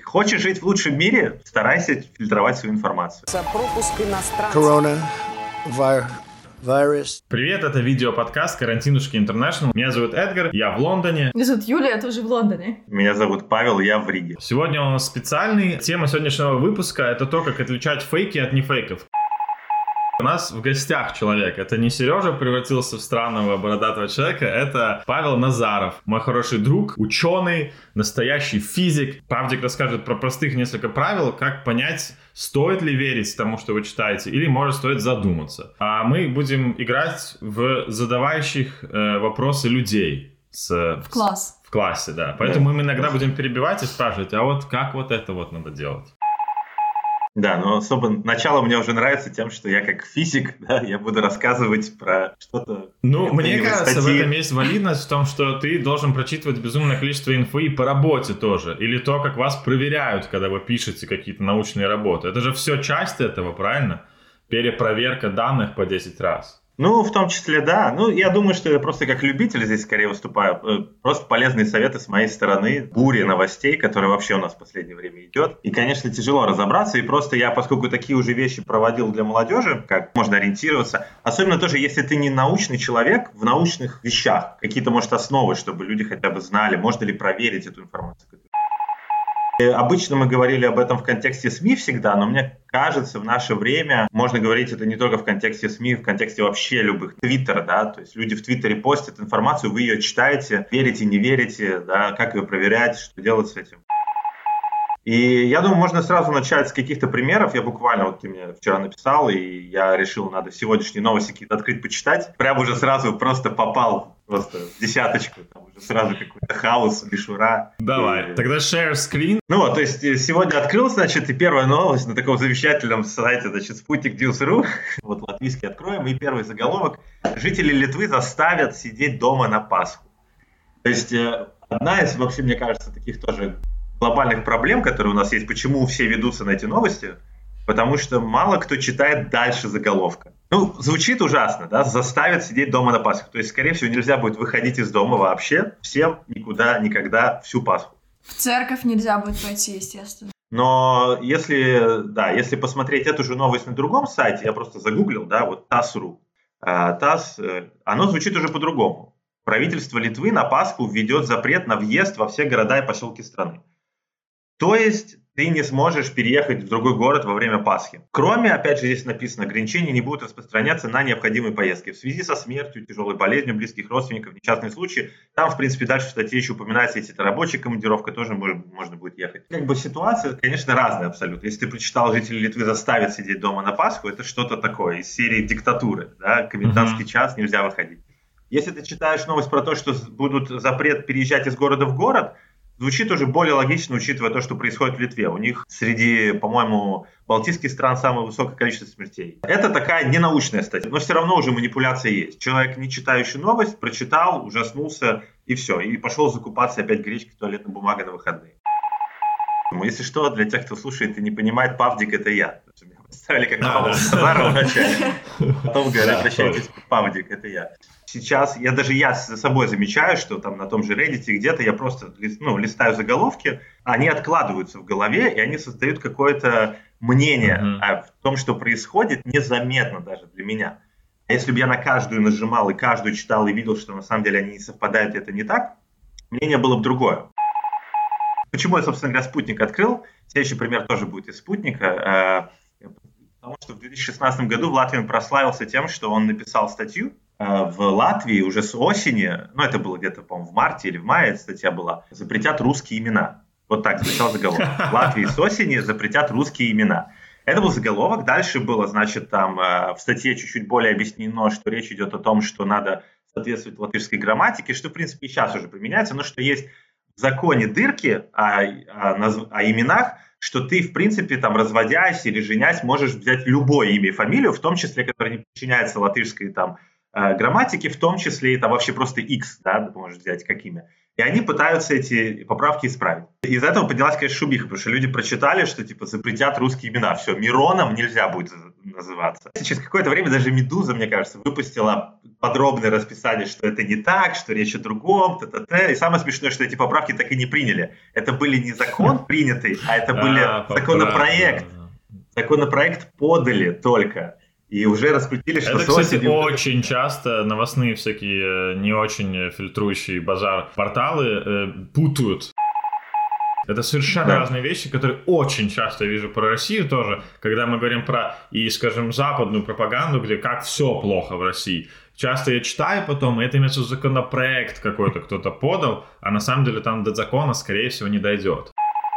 Хочешь жить в лучшем мире? Старайся фильтровать свою информацию. Пропуск иностранцев. Коронавирус. Привет, это видео-подкаст «Карантинушки Интернешнл». Меня зовут Эдгар, я в Лондоне. Меня зовут Юлия, я тоже в Лондоне. Меня зовут Павел, я в Риге. Сегодня у нас специальный. Тема сегодняшнего выпуска – это то, как отличать фейки от нефейков. У нас в гостях человек. Это не Сережа превратился в странного бородатого человека, это Павел Назаров, мой хороший друг, ученый, настоящий физик. Павдик расскажет про простых несколько правил, как понять, стоит ли верить тому, что вы читаете, или, может, стоит задуматься. А мы будем играть в задавающих вопросы людей. В класс. В классе, да. Поэтому мы иногда будем перебивать и спрашивать, а вот как вот это вот надо делать? Да, но особо начало мне уже нравится тем, что я как физик, да, я буду рассказывать про что-то... Ну, мне кажется, в этом есть валидность в том, что ты должен прочитывать безумное количество инфы и по работе тоже. Или то, как вас проверяют, когда вы пишете какие-то научные работы. Это же все часть этого, правильно? Перепроверка данных по 10 раз. Ну, в том числе, да. Ну, я думаю, что я просто как любитель здесь скорее выступаю. Просто полезные советы с моей стороны. Буря новостей, которая вообще у нас в последнее время идет. И, конечно, тяжело разобраться. И просто я, поскольку такие уже вещи проводил для молодежи, как можно ориентироваться, особенно тоже, если ты не научный человек, в научных вещах, какие-то, может, основы, чтобы люди хотя бы знали, можно ли проверить эту информацию. Обычно мы говорили об этом в контексте СМИ всегда, но мне кажется, в наше время можно говорить это не только в контексте СМИ, в контексте вообще любых. Твиттер, да, то есть люди в Твиттере постят информацию, вы ее читаете, верите, не верите, да, как ее проверять, что делать с этим. И я думаю, можно сразу начать с каких-то примеров. Я буквально, вот ты мне вчера написал, и я решил, надо сегодняшние новости какие-то открыть, почитать. Прям уже сразу просто попал просто в десяточку. Там уже сразу какой-то хаос, мишура. Давай, тогда share screen. Ну вот, то есть сегодня открыл, значит, и первая новость на таком замечательном сайте, значит, Sputnik.News.ru. Вот латвийский откроем, и первый заголовок. Жители Литвы заставят сидеть дома на Пасху. То есть одна из, вообще, мне кажется, таких тоже глобальных проблем, которые у нас есть, почему все ведутся на эти новости, потому что мало кто читает дальше заголовка. Ну, звучит ужасно, да, заставят сидеть дома на Пасху. То есть, скорее всего, нельзя будет выходить из дома вообще, всем, никуда, никогда, всю Пасху. В церковь нельзя будет пойти, естественно. Но если посмотреть эту же новость на другом сайте, я просто загуглил, да, вот TASS.ru. TASS, оно звучит уже по-другому. Правительство Литвы на Пасху введет запрет на въезд во все города и поселки страны. То есть ты не сможешь переехать в другой город во время Пасхи. Кроме, опять же, здесь написано, ограничения не будут распространяться на необходимые поездки. В связи со смертью, тяжелой болезнью близких родственников, несчастные случаи, там, в принципе, дальше в статье еще упоминается, если это рабочая командировка, тоже можно будет ехать. Как бы ситуация, конечно, разная абсолютно. Если ты прочитал, жители Литвы заставят сидеть дома на Пасху, это что-то такое из серии диктатуры. Да? Комендантский час, нельзя выходить. Если ты читаешь новость про то, что будут запрет переезжать из города в город, звучит уже более логично, учитывая то, что происходит в Литве. У них среди, по-моему, балтийских стран самое высокое количество смертей. Это такая ненаучная статья, но все равно уже манипуляция есть. Человек, не читающий новость, прочитал, ужаснулся и все. И пошел закупаться опять гречкой, туалетной бумагой на выходные. Если что, для тех, кто слушает и не понимает, Павдик — это я. Меня представили как Павла Назарова вначале. Потом говорят, прощайтесь, Павдик — это я. Сейчас я за собой замечаю, что там на том же Reddit где-то я просто листаю заголовки, они откладываются в голове, и они создают какое-то мнение о том, что происходит, незаметно даже для меня. А если бы я на каждую нажимал и каждую читал и видел, что на самом деле они не совпадают, это не так, мнение было бы другое. Почему я, собственно говоря, «Спутник» открыл? Следующий пример тоже будет из «Спутника». Потому что в 2016 году в Латвии он прославился тем, что он написал статью. В Латвии уже с осени, это было где-то, по-моему, в марте или в мае эта статья была, запретят русские имена. Вот так звучал заголовок. В Латвии с осени запретят русские имена. Это был заголовок. Дальше было, значит, там в статье чуть-чуть более объяснено, что речь идет о том, что надо соответствовать латышской грамматике, что, в принципе, и сейчас уже применяется, но что есть в законе дырки о именах, что ты, в принципе, там, разводясь или женясь, можешь взять любое имя и фамилию, в том числе, которое не подчиняется латышской там грамматике, в том числе это вообще просто X, да, ты можешь взять как имя. И они пытаются эти поправки исправить. Из этого поднялась, конечно, шумиха, потому что люди прочитали, что типа запретят русские имена. Все, Мироном нельзя будет называться. Через какое-то время даже «Медуза», мне кажется, выпустила подробное расписание, что это не так, что речь о другом, т-т-т. И самое смешное, что эти поправки так и не приняли. Это были не закон принятый, а это были законопроект. Законопроект подали только. И уже раскрутили, что... Это, кстати, очень часто новостные всякие не очень фильтрующие базар порталы путают. Это совершенно разные вещи, которые очень часто я вижу про Россию тоже, когда мы говорим про, и, скажем, западную пропаганду, где как все плохо в России. Часто я читаю потом, и это имеется законопроект какой-то кто-то подал, а на самом деле там до закона, скорее всего, не дойдет.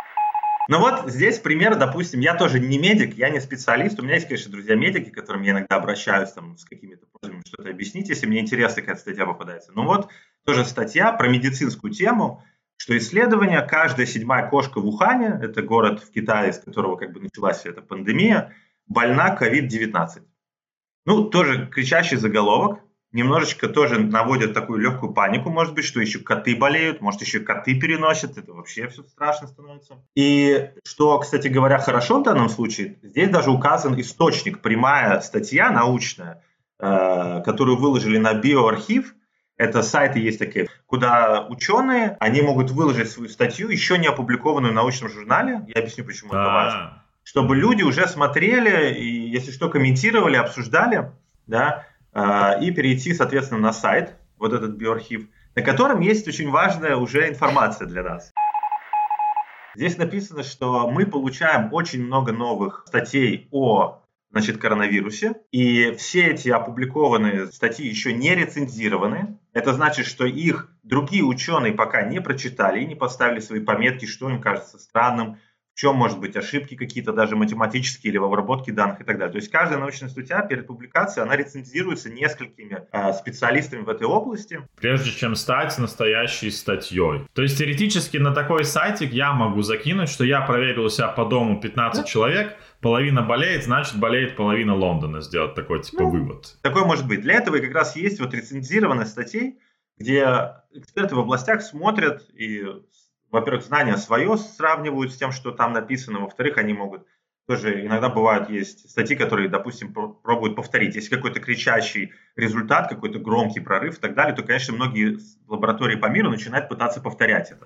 Ну вот здесь пример, допустим, я тоже не медик, я не специалист, у меня есть, конечно, друзья-медики, к которым я иногда обращаюсь там, с какими-то просьбами что-то объяснить, если мне интересно, какая статья попадается. Ну вот тоже статья про медицинскую тему, что исследование, каждая 7-я кошка в Ухане, это город в Китае, из которого как бы началась эта пандемия, больна COVID-19. Ну, тоже кричащий заголовок. Немножечко тоже наводят такую легкую панику, может быть, что еще коты болеют, может, еще коты переносят, это вообще все страшно становится. И что, кстати говоря, хорошо в данном случае, здесь даже указан источник, прямая статья научная, которую выложили на биоархив, это сайты есть такие, куда ученые, они могут выложить свою статью, еще не опубликованную в научном журнале, я объясню, почему это важно, чтобы люди уже смотрели и, если что, комментировали, обсуждали, да, и перейти, соответственно, на сайт, вот этот биоархив, на котором есть очень важная уже информация для нас. Здесь написано, что мы получаем очень много новых статей о, значит, коронавирусе, и все эти опубликованные статьи еще не рецензированы. Это значит, что их другие ученые пока не прочитали и не поставили свои пометки, что им кажется странным, в чем, может быть, ошибки какие-то, даже математические или в обработке данных и так далее. То есть каждая научная статья перед публикацией, она рецензируется несколькими специалистами в этой области. Прежде чем стать настоящей статьей. То есть теоретически на такой сайтик я могу закинуть, что я проверил у себя по дому 15 человек, половина болеет, значит болеет половина Лондона. Сделать такой типа вывод. Такое может быть. Для этого и как раз есть вот рецензированные статьи, где эксперты в областях смотрят и... Во-первых, знания свое сравнивают с тем, что там написано. Во-вторых, они могут тоже, иногда бывают, есть статьи, которые, допустим, пробуют повторить. Если какой-то кричащий результат, какой-то громкий прорыв и так далее, то, конечно, многие лаборатории по миру начинают пытаться повторять это.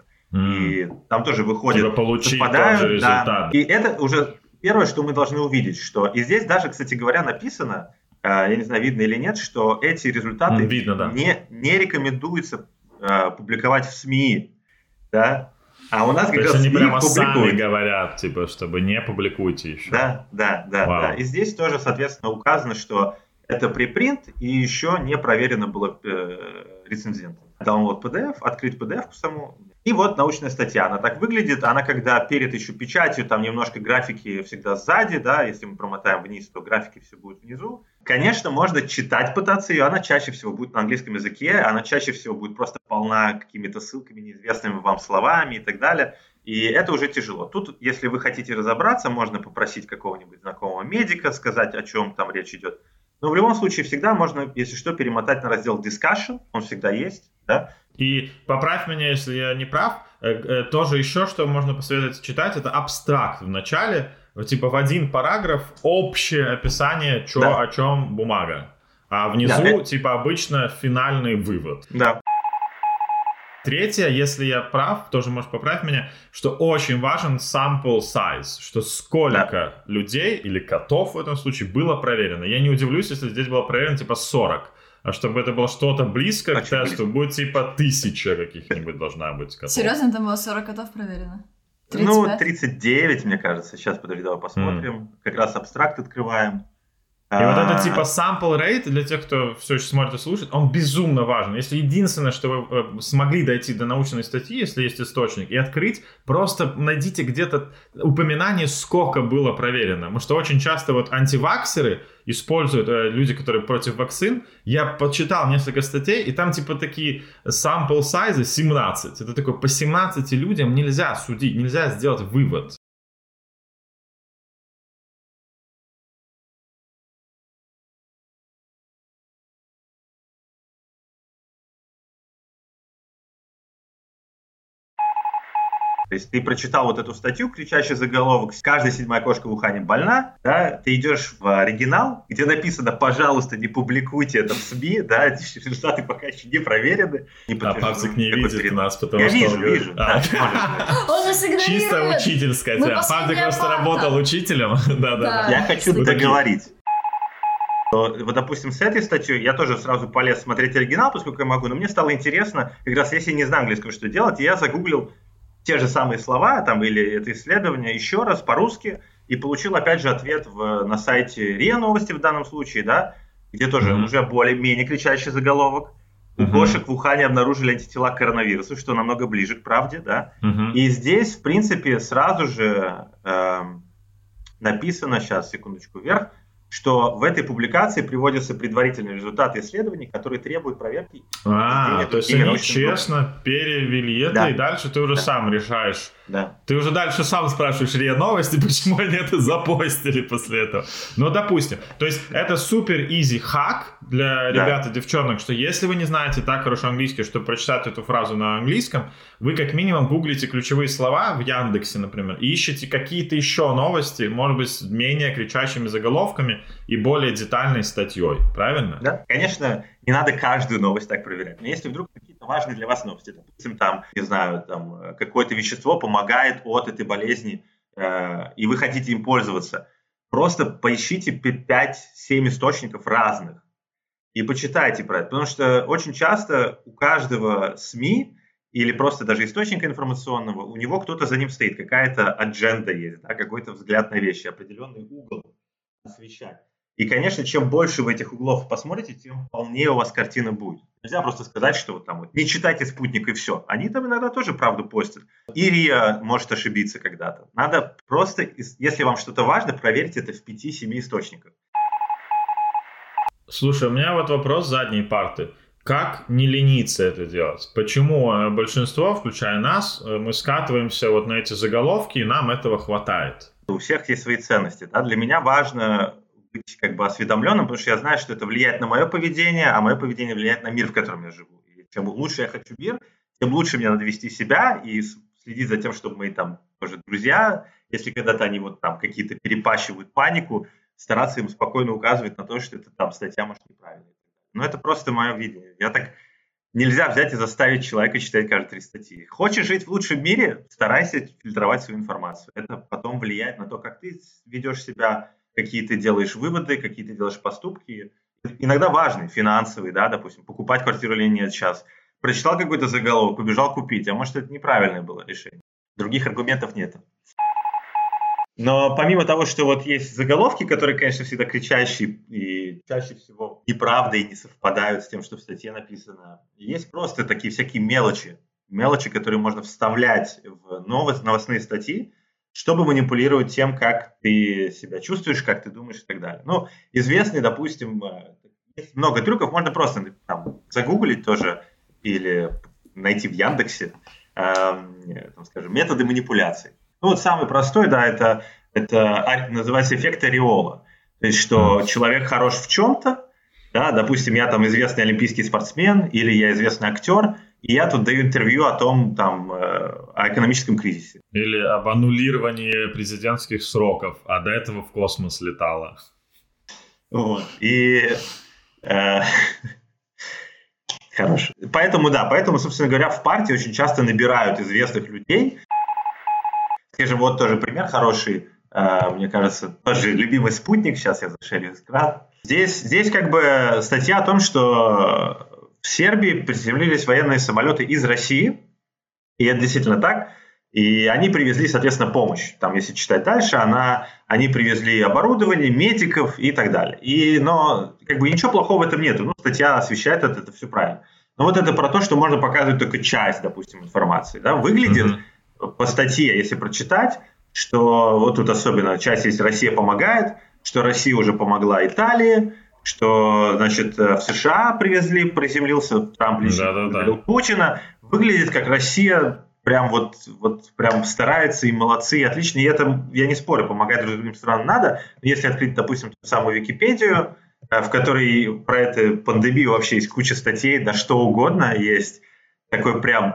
И там тоже выходит, типа получить тот же результат. Да. И это уже первое, что мы должны увидеть. Что... И здесь даже, кстати говоря, написано, я не знаю, видно или нет, что эти результаты видно, да. не рекомендуется публиковать в СМИ. Да? А у нас как раз они прямо публикуют. Сами говорят, типа, чтобы не публикуйте еще. Да. И здесь тоже, соответственно, указано, что это препринт и еще не проверено было рецензентом. Download PDF, открыть PDF саму. И вот научная статья. Она так выглядит. Она когда перед еще печатью, там немножко графики всегда сзади, да, если мы промотаем вниз, то графики все будут внизу. Конечно, можно читать, пытаться ее. Она чаще всего будет на английском языке. Она чаще всего будет просто полна какими-то ссылками, неизвестными вам словами и так далее. И это уже тяжело. Тут, если вы хотите разобраться, можно попросить какого-нибудь знакомого медика сказать, о чем там речь идет. Но в любом случае всегда можно, если что, перемотать на раздел discussion. Он всегда есть, да. И поправь меня, если я не прав, тоже еще, что можно посоветовать читать, это абстракт в начале, типа в один параграф общее описание, о чем бумага. А внизу, типа, обычно финальный вывод. Да. Третье, если я прав, тоже можешь поправить меня, что очень важен sample size, что сколько людей или котов в этом случае было проверено. Я не удивлюсь, если здесь было проверено типа 40. А чтобы это было что-то близко к тесту, будет типа 1000 каких-нибудь должна быть котов. Серьезно, там было 40 котов проверено? 35? Ну, 39, мне кажется. Сейчас, подожди, давай посмотрим. Как раз абстракт открываем. И вот это типа sample rate, для тех, кто все еще смотрит и слушает, он безумно важен. Если единственное, что вы смогли дойти до научной статьи, если есть источник, и открыть, просто найдите где-то упоминание, сколько было проверено. Потому что очень часто вот антиваксеры используют, люди, которые против вакцин, я почитал несколько статей, и там типа такие sample size 17. Это такой, по 17 людям нельзя судить, нельзя сделать вывод. есть ты прочитал вот эту статью, кричащий заголовок «Каждая 7-я кошка в Ухане больна», да, ты идешь в оригинал, где написано «Пожалуйста, не публикуйте это в СМИ», да, результаты пока еще не проверены. А Павзик не видит нас, потому я что... Я вижу. Да, он нас игнорирует. Чисто учительская тема. Павзик просто работал учителем. Да. Я хочу договорить. Вот, допустим, с этой статьей я тоже сразу полез смотреть оригинал, поскольку я могу, но мне стало интересно, как раз если не знаю английского, что делать, я загуглил те же самые слова там, или это исследование еще раз по-русски и получил опять же ответ на сайте РИА Новости в данном случае, да, где тоже уже более-менее кричащий заголовок. У кошек в Ухане обнаружили антитела к коронавирусу, что намного ближе к правде, да. И здесь, в принципе, сразу же написано, сейчас, секундочку, вверх, что в этой публикации приводятся предварительные результаты исследований, которые требуют проверки. То есть они честно перевели это, и дальше ты уже сам решаешь. Да. Ты уже дальше сам спрашиваешь РИА Новости, почему они это запостили после этого. Ну, допустим. То есть это супер изи хак для ребят и девчонок, что если вы не знаете так хорошо английский, чтобы прочитать эту фразу на английском, вы как минимум гуглите ключевые слова в Яндексе, например, и ищете какие-то еще новости, может быть, с менее кричащими заголовками и более детальной статьей. Правильно? Да, конечно, не надо каждую новость так проверять. Но если вдруг какие-то важные для вас новости, допустим, там, не знаю, там какое-то вещество помогает от этой болезни, и вы хотите им пользоваться, просто поищите 5-7 источников разных и почитайте про это. Потому что очень часто у каждого СМИ или просто даже источника информационного, у него кто-то за ним стоит, какая-то адженда есть, да, какой-то взгляд на вещи, определенный угол освещать. И, конечно, чем больше вы этих углов посмотрите, тем полнее у вас картина будет. Нельзя просто сказать, что вот там вот не читайте «Спутник» и все. Они там иногда тоже правду постят. И РИА может ошибиться когда-то. Надо просто, если вам что-то важно, проверьте это в 5-7 источниках. Слушай, у меня вот вопрос задней парты. Как не лениться это делать? Почему большинство, включая нас, мы скатываемся вот на эти заголовки, и нам этого хватает? У всех есть свои ценности. Да? Для меня важно быть как бы осведомленным, потому что я знаю, что это влияет на мое поведение, а мое поведение влияет на мир, в котором я живу. И чем лучше я хочу мир, тем лучше мне надо вести себя и следить за тем, чтобы мы там тоже друзья, если когда-то они вот там какие-то перепащивают панику, стараться им спокойно указывать на то, что это там статья, может, неправильная. Но это просто мое видение. Нельзя взять и заставить человека читать каждые 3 статьи. Хочешь жить в лучшем мире, старайся фильтровать свою информацию. Это потом влияет на то, как ты ведешь себя, какие ты делаешь выводы, какие ты делаешь поступки. Иногда важные, финансовые, да, допустим, покупать квартиру или нет сейчас. Прочитал какой-то заголовок, побежал купить, а может, это неправильное было решение. Других аргументов нет. Но помимо того, что вот есть заголовки, которые, конечно, всегда кричащие и чаще всего неправда и не совпадают с тем, что в статье написано, есть просто такие всякие мелочи, которые можно вставлять в новостные статьи, чтобы манипулировать тем, как ты себя чувствуешь, как ты думаешь и так далее. Ну, известный, допустим, есть много трюков, можно просто там загуглить тоже или найти в Яндексе, там, скажем, методы манипуляции. Ну, вот самый простой, да, это называется эффект ореола. То есть, что человек хорош в чем-то, да, допустим, я там известный олимпийский спортсмен или я известный актер, и я тут даю интервью о том, там, о экономическом кризисе. Или об аннулировании президентских сроков, а до этого в космос летала. Вот, и... Хорошо. Поэтому, собственно говоря, в партии очень часто набирают известных людей. Скажем, вот тоже пример хороший, мне кажется, тоже любимый «Спутник», сейчас я зашерю экран. Здесь как бы статья о том, что в Сербии приземлились военные самолеты из России, и это действительно так, и они привезли, соответственно, помощь. Там, если читать дальше, они привезли оборудование, медиков и так далее. Но как бы ничего плохого в этом нету, ну, статья освещает это все правильно. Но вот это про то, что можно показывать только часть, допустим, информации. Да? Выглядит по статье, если прочитать, что вот тут особенно часть есть «Россия помогает», что Россия уже помогла Италии, что, значит, в США приземлился Трамп лично, приземлил Путина. Выглядит как Россия прям прям старается, и молодцы, и отлично. И это, я не спорю, помогать другим странам надо. Но если открыть, допустим, ту самую Википедию, в которой про эту пандемию вообще есть куча статей, да что угодно есть, такой прям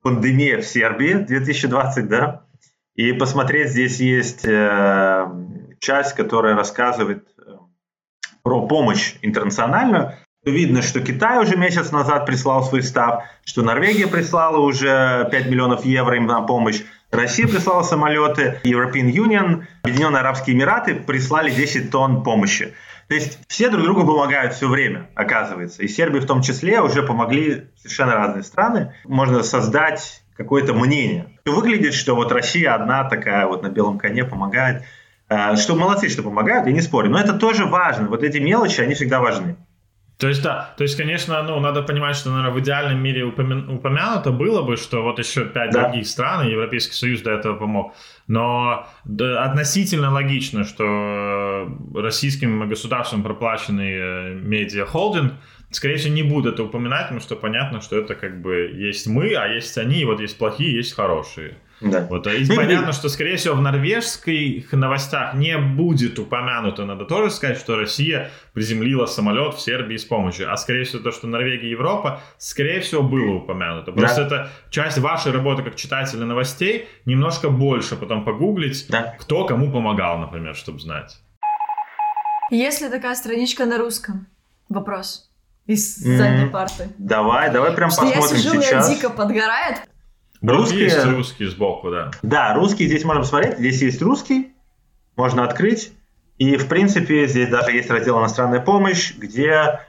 пандемия в Сербии 2020, да, и посмотреть, здесь есть часть, которая рассказывает про помощь интернациональную. Видно, что Китай уже месяц назад прислал свой став, что Норвегия прислала уже 5 миллионов евро им на помощь, Россия прислала самолеты, European Union, Объединенные Арабские Эмираты прислали 10 тонн помощи. То есть все друг другу помогают все время, оказывается. И Сербии в том числе уже помогли совершенно разные страны. Можно создать какое-то мнение. Выглядит, что вот Россия одна такая вот на белом коне помогает. Что молодцы, что помогают, я не спорю. Но это тоже важно. Вот эти мелочи, они всегда важны. То есть, да, то есть, конечно, надо понимать, что, наверное, в идеальном мире упомянуто было бы, что вот еще 5 других стран, и Европейский Союз до этого помог. Но относительно логично, что российским государством проплаченный медиахолдинг, скорее всего, не будут это упоминать, потому что понятно, что это как бы есть мы, а есть они, и вот есть плохие, есть хорошие. Да. Вот, и понятно, что, скорее всего, в норвежских новостях не будет упомянуто, надо тоже сказать, что Россия приземлила самолет в Сербии с помощью, а, скорее всего, то, что Норвегия и Европа, скорее всего, было упомянуто. Просто это часть вашей работы как читателя новостей, немножко больше потом погуглить, кто кому помогал, например, чтобы знать. Есть ли такая страничка на русском? Вопрос. Из задней парты. Давай прям посмотрим сейчас. Я сижу, и дико подгорает. Русские, есть русский сбоку, да. Да, русский здесь можно посмотреть. Здесь есть русский, можно открыть. И, в принципе, здесь даже есть раздел «Иностранная помощь», где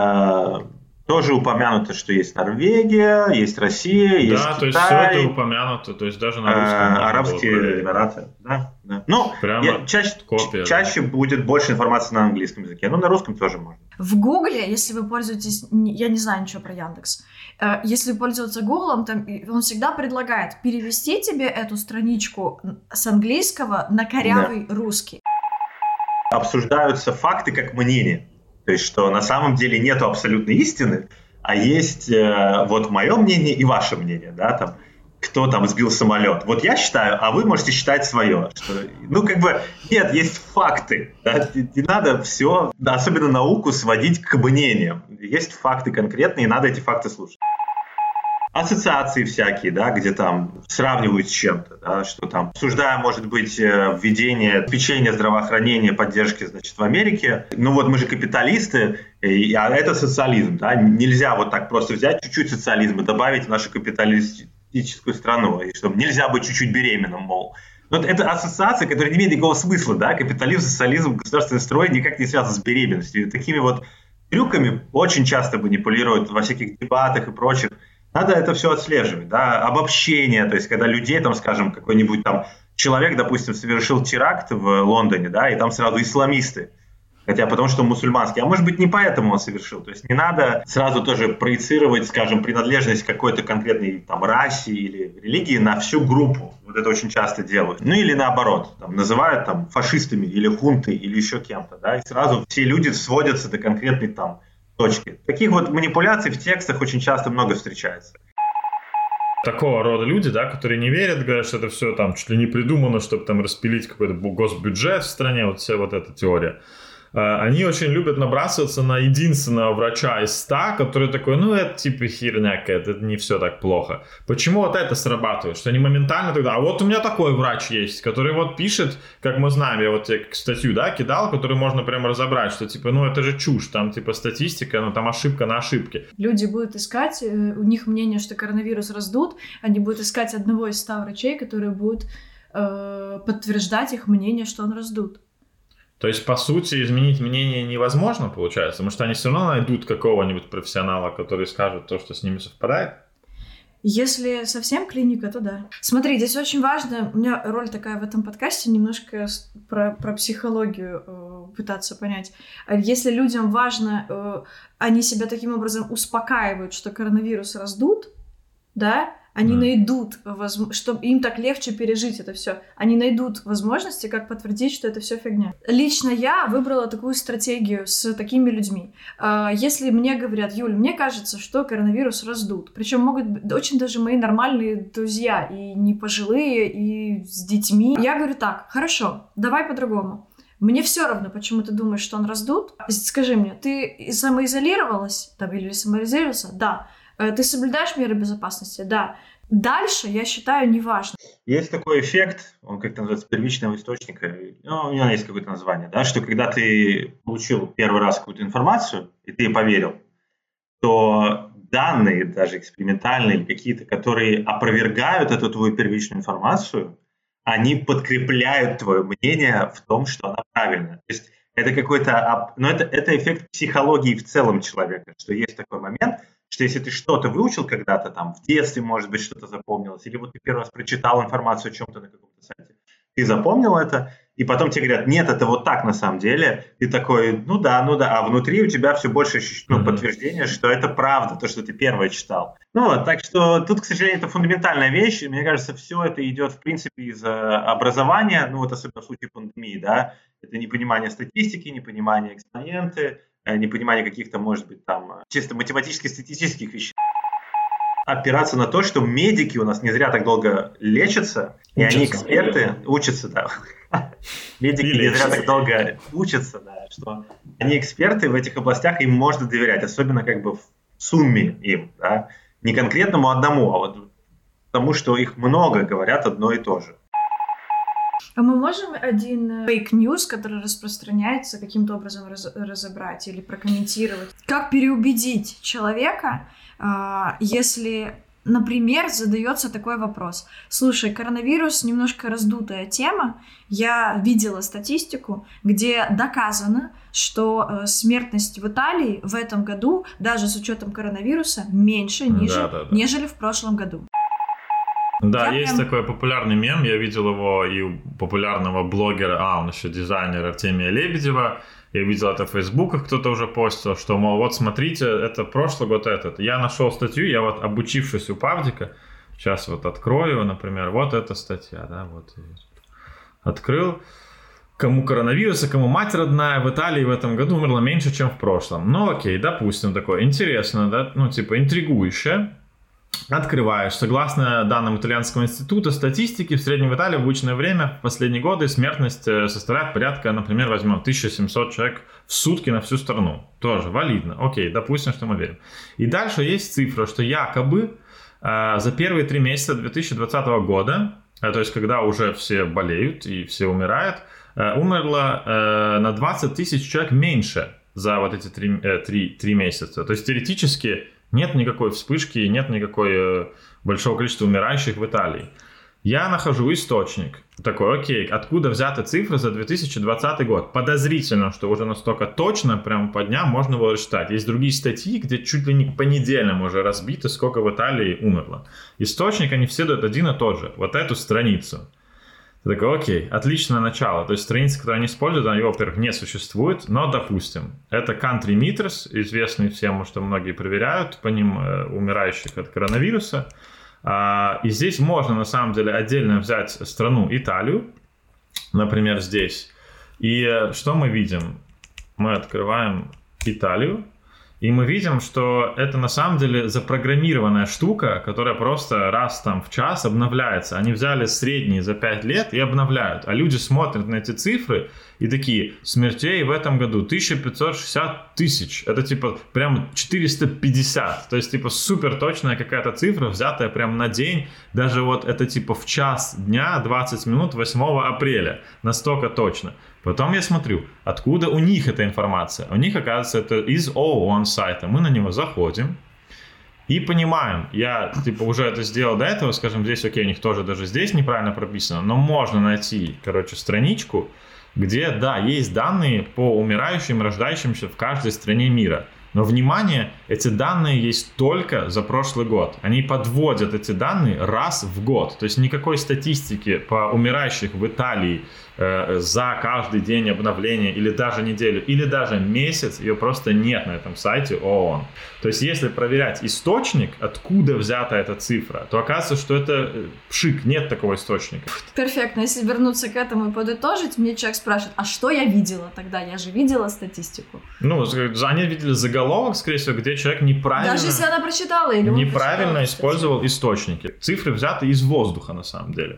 тоже упомянуто, что есть Норвегия, есть Россия, есть Китай. Да, то есть все это упомянуто, то есть даже на русском. Арабские Эмираты, да. Ну, чаще будет больше информации на английском языке, но на русском тоже можно. В Гугле, если вы пользуетесь, я не знаю ничего про Яндекс, если пользоваться Гуглом, там он всегда предлагает перевести тебе эту страничку с английского на корявый русский. Обсуждаются факты как мнение. То есть, что на самом деле нету абсолютной истины, а есть вот мое мнение и ваше мнение, да, там, кто там сбил самолет. Вот я считаю, а вы можете считать свое. Что, нет, есть факты. Да, не надо все, да, особенно науку, сводить к мнениям. Есть факты конкретные, и надо эти факты слушать. Ассоциации всякие, да, где там сравнивают с чем-то, да, что там, обсуждая, может быть, введение обеспечения здравоохранения, поддержки, значит, в Америке. Ну вот мы же капиталисты, а это социализм, да, нельзя вот так просто взять чуть-чуть социализма, добавить в нашу капиталистическую страну, и чтобы нельзя быть чуть-чуть беременным, мол. Вот это ассоциация, которая не имеет никакого смысла, да, капитализм, социализм, государственный строй никак не связан с беременностью. И такими вот трюками очень часто манипулируют во всяких дебатах и прочих. Надо это все отслеживать, да, обобщение, то есть когда людей, там, скажем, какой-нибудь там человек, допустим, совершил теракт в Лондоне, да, и там сразу исламисты, хотя потому что мусульманский, а может быть не поэтому он совершил, то есть не надо сразу тоже проецировать, скажем, принадлежность к какой-то конкретной там расе или религии на всю группу, вот это очень часто делают, ну или наоборот, там, называют там фашистами или хунтой или еще кем-то, да, и сразу все люди сводятся до конкретной там точки. Таких вот манипуляций в текстах очень часто много встречается. Такого рода люди, да, которые не верят, говорят, что это все там чуть ли не придумано, чтобы там распилить какой-то госбюджет в стране, вот вся вот эта теория. Они очень любят набрасываться на единственного врача из 100, который такой, это типа херня какая-то, это не все так плохо. Почему вот это срабатывает? Что они моментально тогда, а вот у меня такой врач есть, который вот пишет, как мы знаем, я вот тебе статью, да, кидал, которую можно прямо разобрать, что типа, это же чушь, там типа статистика, там ошибка на ошибке. Люди будут искать, у них мнение, что коронавирус раздут, они будут искать одного из 100 врачей, которые будут подтверждать их мнение, что он раздут. То есть, по сути, изменить мнение невозможно, получается, потому что они все равно найдут какого-нибудь профессионала, который скажет то, что с ними совпадает? Если совсем клиника, то да. Смотри, здесь очень важно, у меня роль такая в этом подкасте, немножко про психологию пытаться понять. Если людям важно, они себя таким образом успокаивают, что коронавирус раздут, да, они найдут, чтобы им так легче пережить это все, они найдут возможности, как подтвердить, что это все фигня. Лично я выбрала такую стратегию с такими людьми. Если мне говорят, Юль, мне кажется, что коронавирус раздут, причем могут быть очень даже мои нормальные друзья, и не пожилые, и с детьми. Я говорю так, хорошо, давай по-другому. Мне все равно, почему ты думаешь, что он раздут. Скажи мне, ты самоизолировалась там, или самоизолировался? Да. Ты соблюдаешь меры безопасности? Да. Дальше, я считаю, неважно. Есть такой эффект, он как-то называется первичного источника, ну, у него есть какое-то название, да, что когда ты получил первый раз какую-то информацию, и ты ей поверил, то данные, даже экспериментальные или какие-то, которые опровергают эту твою первичную информацию, они подкрепляют твое мнение в том, что она правильная. То есть это какой-то, но это эффект психологии в целом человека, что есть такой момент, что если ты что-то выучил когда-то, там, в детстве, может быть, что-то запомнилось, или вот ты первый раз прочитал информацию о чем-то на каком-то сайте, ты запомнил это, и потом тебе говорят, нет, это вот так на самом деле, ты такой, ну да, а внутри у тебя все больше подтверждение, что это правда, то, что ты первое читал. Ну вот, так что тут, к сожалению, это фундаментальная вещь, мне кажется, все это идет, в принципе, из образования, ну вот особенно в случае пандемии, да, это непонимание статистики, непонимание экспоненты, непонимание каких-то, может быть, там, чисто математически-статистических вещей. Опираться на то, что медики у нас не зря так долго лечатся, и они эксперты, учатся, да. Медики не зря так долго учатся, да, что они эксперты в этих областях, им можно доверять, особенно как бы в сумме им, да, не конкретному одному, а вот тому, что их много говорят одно и то же. А мы можем один фейк-ньюс, который распространяется, каким-то образом разобрать или прокомментировать? Как переубедить человека, если, например, задается такой вопрос. Слушай, коронавирус немножко раздутая тема. Я видела статистику, где доказано, что смертность в Италии в этом году, даже с учетом коронавируса, меньше, нежели в прошлом году. Да, есть такой популярный мем, я видел его и у популярного блогера, он еще дизайнер Артемия Лебедева, я видел это в фейсбуках, кто-то уже постил, что, мол, вот смотрите, это прошлый год этот. Я нашел статью, я вот обучившись у Павдика, сейчас вот открою, например, вот эта статья, да, вот открыл. Кому коронавирус, а кому мать родная в Италии в этом году умерла меньше, чем в прошлом. Ну окей, допустим, такое интересно, да, ну типа интригующе. Открываешь. Согласно данным Итальянского института статистики, в среднем в Италии в обычное время в последние годы смертность составляет порядка, например, возьмем 1700 человек в сутки на всю страну. Тоже валидно. Окей, допустим, что мы верим. И дальше есть цифра, что якобы за первые 3 месяца 2020 года, то есть когда уже все болеют и все умирают, умерло на 20 тысяч человек меньше за вот эти 3 месяца. То есть теоретически нет никакой вспышки, нет никакой большого количества умирающих в Италии. Я нахожу источник. Такой, окей, откуда взята цифра за 2020 год? Подозрительно, что уже настолько точно, прям по дням можно было рассчитать. Есть другие статьи, где чуть ли не по неделям уже разбито, сколько в Италии умерло. Источник, они все дают один и тот же. Вот эту страницу. Ты такой, окей, отличное начало. То есть страница, которую они используют, ее, во-первых, не существует, но, допустим, это Country Meters, известный всем, что многие проверяют по ним умирающих от коронавируса. И здесь можно, на самом деле, отдельно взять страну Италию, например, здесь. И что мы видим? Мы открываем Италию, и мы видим, что это на самом деле запрограммированная штука, которая просто раз там в час обновляется. Они взяли средние за 5 лет и обновляют. А люди смотрят на эти цифры и такие, смертей в этом году 1560 тысяч. Это типа прям 450. То есть типа супер точная какая-то цифра, взятая прям на день. Даже вот это типа в час дня, 20 минут 8 апреля. Настолько точно. Потом я смотрю, откуда у них эта информация. У них, оказывается, это из ООН сайта. Мы на него заходим и понимаем. Я типа уже это сделал до этого, скажем, здесь, окей, у них тоже даже здесь неправильно прописано, но можно найти, страничку, где, да, есть данные по умирающим и рождающимся в каждой стране мира. Но, внимание, эти данные есть только за прошлый год. Они подводят эти данные раз в год. То есть никакой статистики по умирающих в Италии за каждый день обновления или даже неделю, или даже месяц, ее просто нет на этом сайте ООН. То есть если проверять источник, откуда взята эта цифра, то оказывается, что это пшик, нет такого источника. Перфектно. Если вернуться к этому и подытожить, мне человек спрашивает, а что я видела тогда? Я же видела статистику. Ну, они видели заголовок, скорее всего, где человек неправильно... Даже если она прочитала или он неправильно использовал источники. Цифры взяты из воздуха, на самом деле.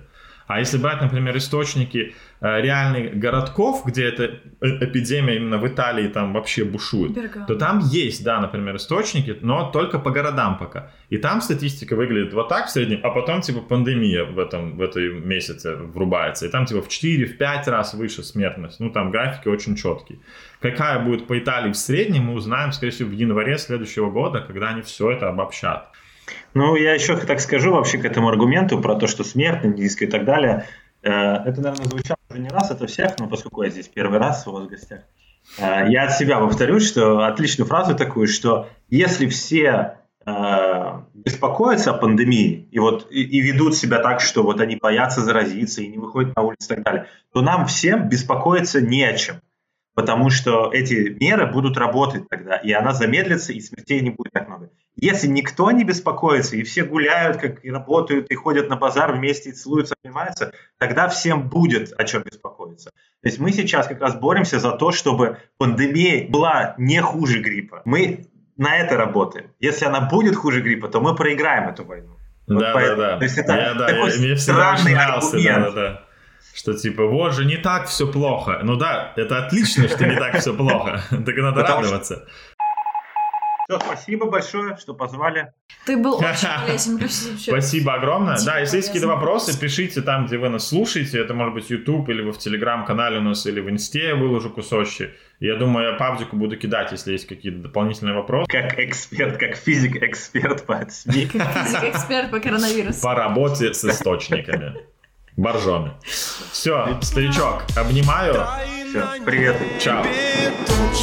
А если брать, например, источники реальных городков, где эта эпидемия именно в Италии там вообще бушует, то там есть, да, например, источники, но только по городам пока. И там статистика выглядит вот так в среднем, а потом типа пандемия в этой месяце врубается. И там типа в 4-5 раз выше смертность. Ну там графики очень четкие. Какая будет по Италии в среднем, мы узнаем, скорее всего, в январе следующего года, когда они все это обобщат. Ну, я еще так скажу вообще к этому аргументу про то, что смертность низкая и так далее. Это, наверное, звучало уже не раз от всех, но поскольку я здесь первый раз у вас в гостях, я от себя повторюсь, что отличную фразу такую, что если все беспокоятся о пандемии и ведут себя так, что вот они боятся заразиться и не выходят на улицу и так далее, то нам всем беспокоиться не о чем. Потому что эти меры будут работать тогда, и она замедлится, и смертей не будет так много. Если никто не беспокоится, и все гуляют, как и работают, и ходят на базар вместе, и целуются, обнимаются, тогда всем будет о чем беспокоиться. То есть мы сейчас как раз боремся за то, чтобы пандемия была не хуже гриппа. Мы на это работаем. Если она будет хуже гриппа, то мы проиграем эту войну. Да. То есть это такой странный аргумент. Да. Что типа, вот же не так все плохо. Ну да, это отлично, что не так все плохо. Так и надо радоваться. Все, спасибо большое, что позвали. Ты был очень полезен. Спасибо огромное. Да, если есть какие-то вопросы, пишите там, где вы нас слушаете. Это может быть YouTube, или вы в Telegram-канале у нас, или в Инсте я выложу кусочки. Я думаю, я паблику буду кидать, если есть какие-то дополнительные вопросы. Как эксперт, как физик-эксперт по СМИ. Как физик-эксперт по коронавирусу. По работе с источниками. Боржоми. Все, старичок, обнимаю. Все, привет. Чао.